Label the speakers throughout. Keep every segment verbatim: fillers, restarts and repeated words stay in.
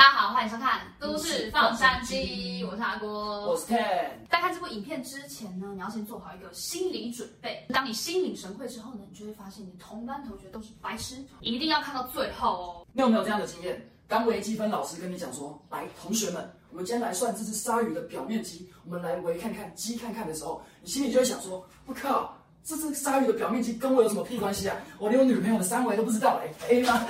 Speaker 1: 大家好，欢迎收看《都市放山鸡》，我是阿郭，
Speaker 2: 我是 Ten。
Speaker 1: 在看这部影片之前呢，你要先做好一个心理准备。当你心领神会之后呢，你就会发现你同班同学都是白痴，一定要看到最后哦。
Speaker 2: 你有没有这样的经验？当微积分老师跟你讲说，来，同学们，我们今天来算这只鲨鱼的表面积，我们来围看看、积看看的时候，你心里就会想说，我靠，这只鲨鱼的表面积跟我有什么屁关系啊？我连我女朋友的三围都不知道，哎 ，A 吗？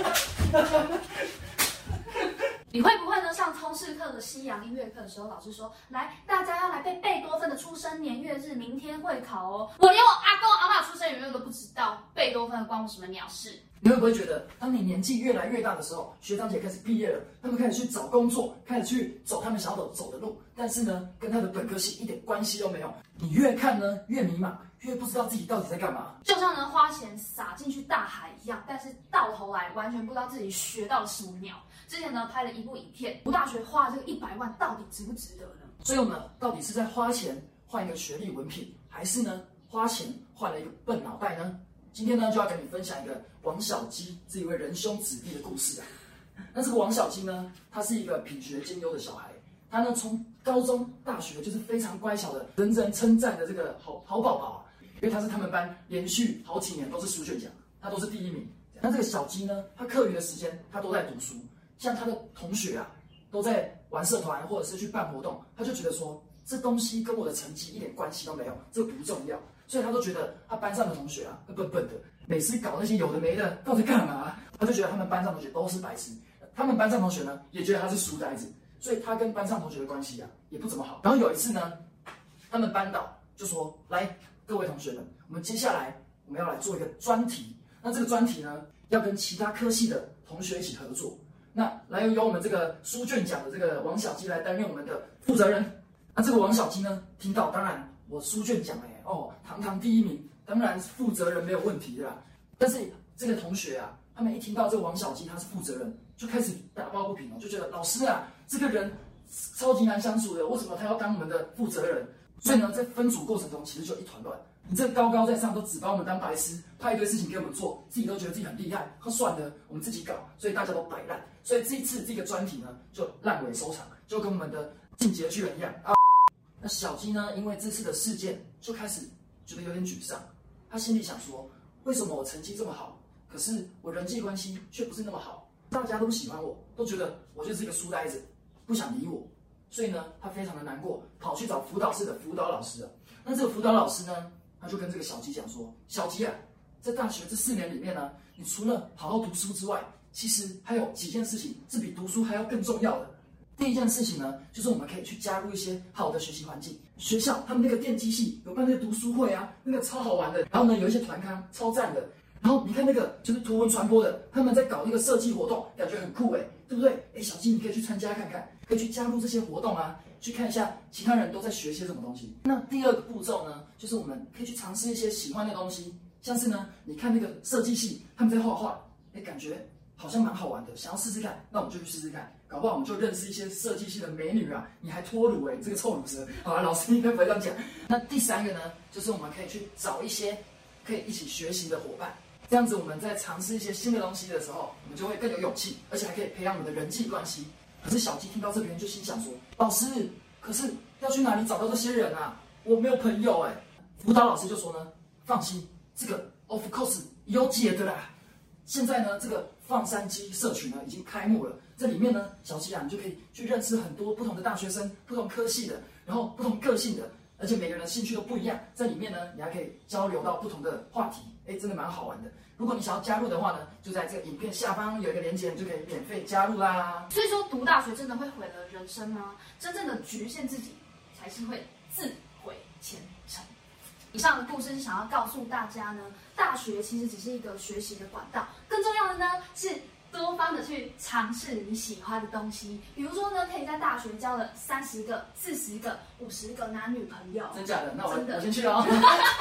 Speaker 1: 你会不会呢？上通识课的西洋音乐课的时候，老师说，来，大家要来背贝多芬的出生年月日，明天会考哦。我连我阿公阿嬷出生年月日都不知道，贝多芬关我什么鸟事？
Speaker 2: 你会不会觉得，当你年纪越来越大的时候，学长姐开始毕业了，他们开始去找工作，开始去走他们想要走的路，但是呢，跟他的本科系一点关系都没有。你越看呢，越迷茫，越不知道自己到底在干嘛。
Speaker 1: 就像呢花钱撒进去大海一样，但是到头来完全不知道自己学到了什么鸟。之前呢拍了一部影片，读大学花这个一百万到底值不值得呢？
Speaker 2: 所以我们到底是在花钱换一个学历文凭，还是呢花钱换了一个笨脑袋呢？今天呢就要跟你分享一个王小鸡这一位仁兄子弟的故事啊。那这个王小鸡呢，他是一个品学兼优的小孩，他呢从高中、大学就是非常乖巧的，人人称赞的这个好好宝宝啊，因为他是他们班连续好几年都是书卷奖，他都是第一名。那这个小鸡呢，他课余的时间他都在读书，像他的同学啊都在玩社团或者是去办活动，他就觉得说这东西跟我的成绩一点关系都没有，这个不重要。所以他都觉得他班上的同学啊，笨笨的，每次搞那些有的没的，到底干嘛？他就觉得他们班上同学都是白痴，他们班上同学呢也觉得他是书呆子，所以他跟班上同学的关系啊也不怎么好。然后有一次呢，他们班导就说：“来，各位同学们，我们接下来我们要来做一个专题。那这个专题呢，要跟其他科系的同学一起合作。那来由我们这个书卷奖的这个王小鸡来担任我们的负责人。那这个王小鸡呢，听到当然我书卷奖哎。”哦，堂堂第一名，当然负责人没有问题的啦。但是这个同学啊，他们一听到这个王小鸡他是负责人，就开始打抱不平哦，就觉得老师啊，这个人超级难相处的，为什么他要当我们的负责人？所以呢，在分组过程中其实就一团乱。你这高高在上，都只把我们当白痴，派一堆事情给我们做，自己都觉得自己很厉害，那算了，我们自己搞，所以大家都摆烂。所以这一次这个专题呢，就烂尾收场，就跟我们的进阶巨人一样啊。那小鸡呢？因为这次的事件，就开始觉得有点沮丧。他心里想说：为什么我成绩这么好，可是我人际关系却不是那么好？大家都不喜欢我，都觉得我就是一个书呆子，不想理我。所以呢，他非常的难过，跑去找辅导室的辅导老师了。那这个辅导老师呢，他就跟这个小鸡讲说：小鸡啊，在大学这四年里面呢，你除了好好读书之外，其实还有几件事情是比读书还要更重要的。第一件事情呢，就是我们可以去加入一些好的学习环境。学校他们那个电机系有办那个读书会啊，那个超好玩的。然后呢，有一些团刊超赞的。然后你看那个就是图文传播的，他们在搞那个设计活动，感觉很酷哎，对不对？哎，小鸡你可以去参加看看，可以去加入这些活动啊，去看一下其他人都在学些什么东西。那第二个步骤呢，就是我们可以去尝试一些喜欢的东西，像是呢，你看那个设计系他们在画画，哎，感觉好像蛮好玩的，想要试试看，那我们就去试试看，搞不好我们就认识一些设计系的美女啊！你还脱乳哎，这个臭乳蛇！好啊，老师应该不会这样讲。那第三个呢，就是我们可以去找一些可以一起学习的伙伴，这样子我们在尝试一些新的东西的时候，我们就会更有勇气，而且还可以培养我们的人际关系。可是小鸡听到这边就心想说：老师，可是要去哪里找到这些人啊？我没有朋友哎。辅导老师就说呢：放心，这个 of course 有解的啦。现在呢，这个放山鸡社群呢已经开幕了，这里面呢，小鸡啊，你就可以去认识很多不同的大学生，不同科系的，然后不同个性的，而且每个人的兴趣都不一样。在里面呢，你还可以交流到不同的话题，哎，真的蛮好玩的。如果你想要加入的话呢，就在这个影片下方有一个链接，你就可以免费加入啦。
Speaker 1: 所以说，读大学真的会毁了人生吗？真正的局限自己，才是会自毁前程。以上的故事是想要告诉大家呢，大学其实只是一个学习的管道，更重要的呢是多方的去尝试你喜欢的东西。比如说呢，可以在大学交了三十个、四十个、五十个男女朋友。
Speaker 2: 真假的？那我我先去了哦。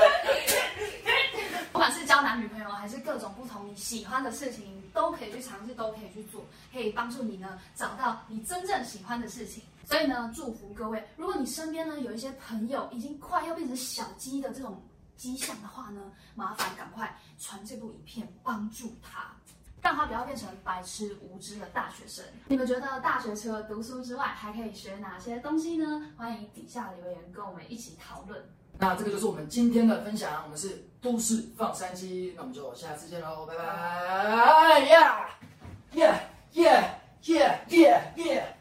Speaker 1: 不管是交男女朋友，还是各种不同你喜欢的事情，都可以去尝试，都可以去做，可以帮助你呢找到你真正喜欢的事情。所以呢，祝福各位，如果你身边呢有一些朋友已经快要变成小鸡的这种迹象的话呢，麻烦赶快传这部影片帮助他。 让他不要变成白痴无知的大学生。你们觉得大学除了读书之外，还可以学哪些东西呢？欢迎底下留言跟我们一起讨论。
Speaker 2: 那这个就是我们今天的分享，我们是都市放山鸡，那我们就下次见喽，拜拜！呀，耶耶耶耶耶！